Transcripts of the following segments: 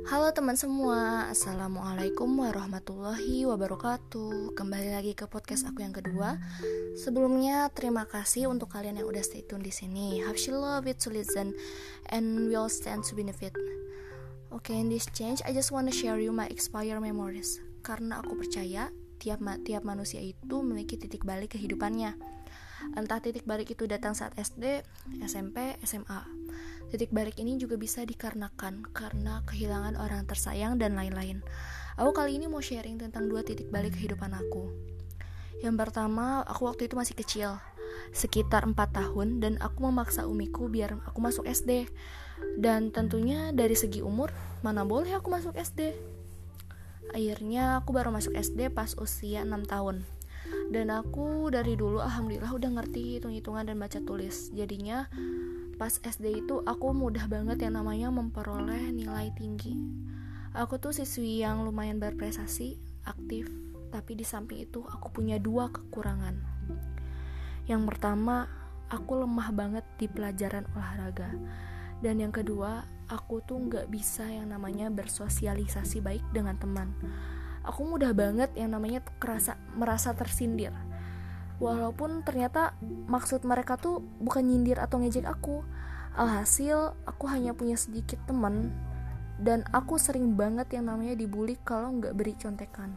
Halo teman semua, Assalamualaikum warahmatullahi wabarakatuh. Kembali lagi ke podcast aku yang kedua. Sebelumnya terima kasih untuk kalian yang udah stay tune di sini. Love it to listen and will stand to benefit. Okay, in this change, I just wanna share you my expired memories. Karena aku percaya tiap manusia itu memiliki titik balik kehidupannya. Entah titik balik itu datang saat SD, SMP, SMA. Titik balik ini juga bisa dikarenakan karena kehilangan orang tersayang dan lain-lain. Aku kali ini mau sharing tentang 2 titik balik kehidupan aku. Yang pertama, aku waktu itu masih kecil, sekitar 4 tahun, dan aku memaksa umiku biar aku masuk SD. Dan tentunya dari segi umur, mana boleh aku masuk SD. Akhirnya aku baru masuk SD pas usia 6 tahun. Dan aku dari dulu alhamdulillah udah ngerti hitung-hitungan dan baca tulis. Jadinya pas SD itu aku mudah banget yang namanya memperoleh nilai tinggi. Aku tuh siswi yang lumayan berprestasi, aktif, tapi di samping itu aku punya 2 kekurangan. Yang pertama, aku lemah banget di pelajaran olahraga. Dan yang kedua, aku tuh gak bisa yang namanya bersosialisasi baik dengan teman. Aku mudah banget yang namanya merasa tersindir. Walaupun ternyata maksud mereka tuh bukan nyindir atau ngejek aku. Alhasil aku hanya punya sedikit teman, dan aku sering banget yang namanya dibully kalau gak beri contekan.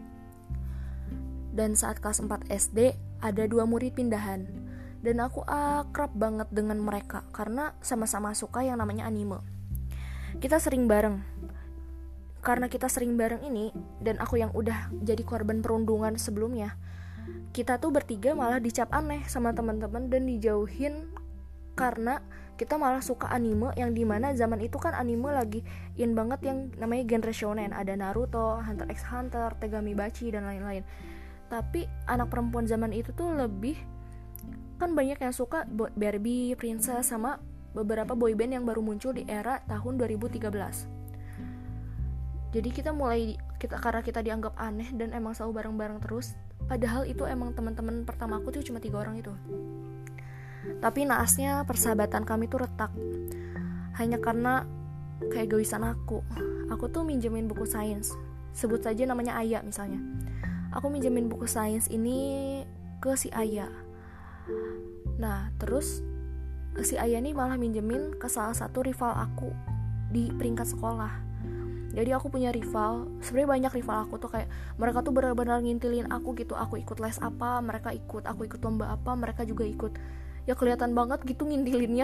Dan saat kelas 4 SD ada 2 murid pindahan, dan aku akrab banget dengan mereka karena sama-sama suka yang namanya anime. Kita sering bareng. Karena kita sering bareng ini, dan aku yang udah jadi korban perundungan sebelumnya, kita tuh bertiga malah dicap aneh sama teman-teman dan dijauhin karena kita malah suka anime yang dimana zaman itu kan anime lagi in banget yang namanya genre shonen. Ada Naruto, Hunter x Hunter, Tegami Bachi, dan lain-lain. Tapi anak perempuan zaman itu tuh lebih, kan banyak yang suka Barbie, Princess, sama beberapa boyband yang baru muncul di era tahun 2013. Jadi karena kita dianggap aneh dan emang selalu bareng-bareng terus. Padahal itu emang teman-teman pertama aku tuh cuma 3 orang itu. Tapi naasnya persahabatan kami tuh retak. Hanya karena keegoisan aku. Aku tuh minjemin buku sains. Sebut saja namanya Aya misalnya. Aku minjemin buku sains ini ke si Aya. Nah, terus si Aya nih malah minjemin ke salah satu rival aku di peringkat sekolah. Jadi aku punya rival, sebenarnya banyak rival aku tuh, kayak mereka tuh benar-benar ngintilin aku gitu. Aku ikut les apa, mereka ikut. Aku ikut lomba apa, mereka juga ikut. Ya kelihatan banget gitu ngintilinnya.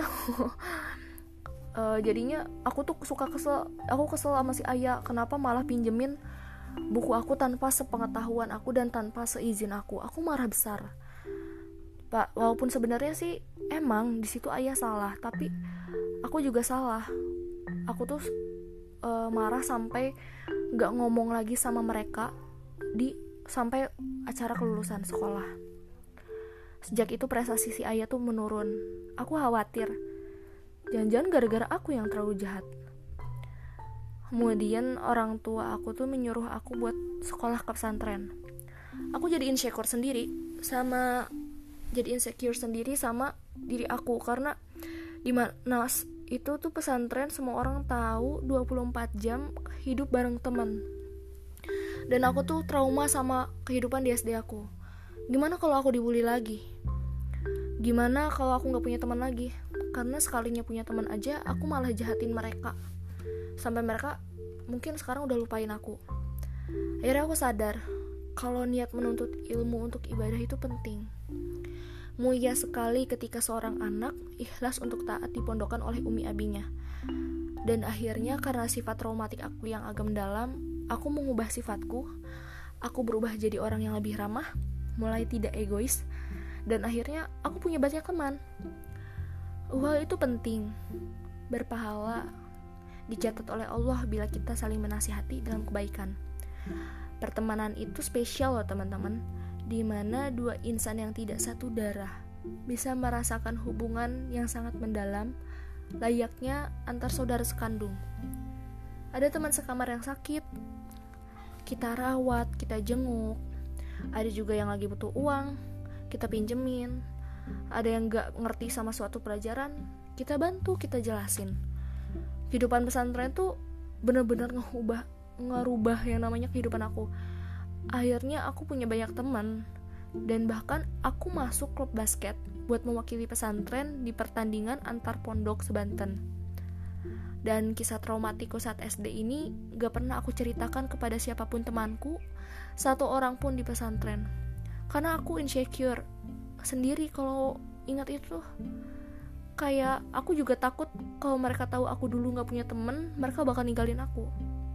Jadinya aku tuh aku kesel sama si Aya. Kenapa malah pinjemin buku aku tanpa sepengetahuan aku dan tanpa seizin aku. Aku marah besar. Pak, walaupun sebenarnya sih emang di situ Aya salah, tapi aku juga salah. Aku tuh marah sampai gak ngomong lagi sama mereka sampai acara kelulusan sekolah. Sejak itu prestasi si Aya tuh menurun. Aku khawatir jangan-jangan gara-gara aku yang terlalu jahat. Kemudian orang tua aku tuh menyuruh aku buat sekolah ke pesantren. Aku jadi insecure sendiri sama diri aku, karena dimana itu tuh pesantren semua orang tahu 24 jam hidup bareng teman. Dan aku tuh trauma sama kehidupan di SD aku. Gimana kalau aku dibully lagi? Gimana kalau aku gak punya teman lagi? Karena sekalinya punya teman aja aku malah jahatin mereka. Sampai mereka mungkin sekarang udah lupain aku. Akhirnya aku sadar kalau niat menuntut ilmu untuk ibadah itu penting. Mulia sekali ketika seorang anak ikhlas untuk taat dipondokan oleh umi abinya. Dan akhirnya karena sifat traumatik aku yang agak mendalam, aku mengubah sifatku. Aku berubah jadi orang yang lebih ramah, mulai tidak egois, dan akhirnya aku punya banyak teman. Hal itu penting, berpahala, dicatat oleh Allah bila kita saling menasihati dalam kebaikan. Pertemanan itu spesial loh teman-teman, di mana 2 insan yang tidak satu darah bisa merasakan hubungan yang sangat mendalam, layaknya antar saudara sekandung. Ada teman sekamar yang sakit, kita rawat, kita jenguk. Ada juga yang lagi butuh uang, kita pinjemin. Ada yang gak ngerti sama suatu pelajaran, kita bantu, kita jelasin. Kehidupan pesantren tuh benar-benar ngerubah yang namanya kehidupan aku. Akhirnya aku punya banyak teman, dan bahkan aku masuk klub basket buat mewakili pesantren di pertandingan antar pondok sebanten. Dan kisah traumatiku saat SD ini gak pernah aku ceritakan kepada siapapun temanku, satu orang pun di pesantren, karena aku insecure sendiri kalau ingat itu. Kayak aku juga takut kalau mereka tahu aku dulu gak punya temen, mereka bakal ninggalin aku.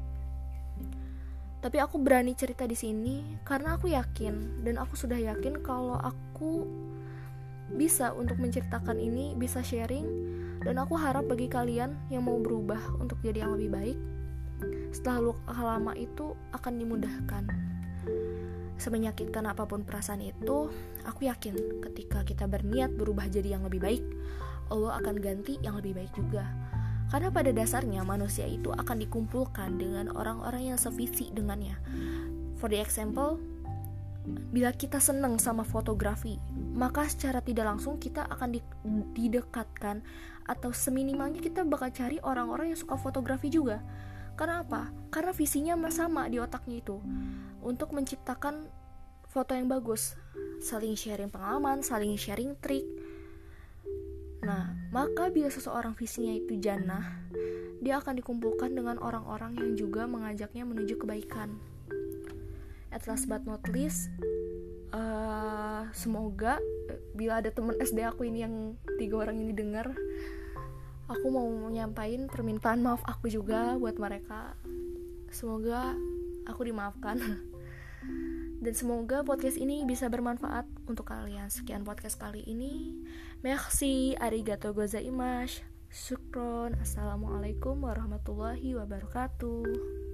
Tapi aku berani cerita di sini karena aku yakin, dan aku sudah yakin kalau aku bisa untuk menceritakan ini, bisa sharing. Dan aku harap bagi kalian yang mau berubah untuk jadi yang lebih baik, setelah luka lama itu akan dimudahkan. Semenyakitkan apapun perasaan itu, aku yakin ketika kita berniat berubah jadi yang lebih baik, Allah akan ganti yang lebih baik juga. Karena pada dasarnya manusia itu akan dikumpulkan dengan orang-orang yang sevisi dengannya. For the example, bila kita senang sama fotografi, maka secara tidak langsung kita akan didekatkan, atau seminimalnya kita bakal cari orang-orang yang suka fotografi juga. Karena apa? Karena visinya sama di otaknya itu, untuk menciptakan foto yang bagus, saling sharing pengalaman, saling sharing trik. Nah, maka bila seseorang visinya itu jannah, dia akan dikumpulkan dengan orang-orang yang juga mengajaknya menuju kebaikan. At last but not least, semoga bila ada teman SD aku ini yang 3 orang ini dengar, aku mau nyampain permintaan maaf aku juga buat mereka. Semoga aku dimaafkan. Dan semoga podcast ini bisa bermanfaat untuk kalian. Sekian podcast kali ini. Merci, arigatou gozaimasu, syukron. Assalamualaikum warahmatullahi wabarakatuh.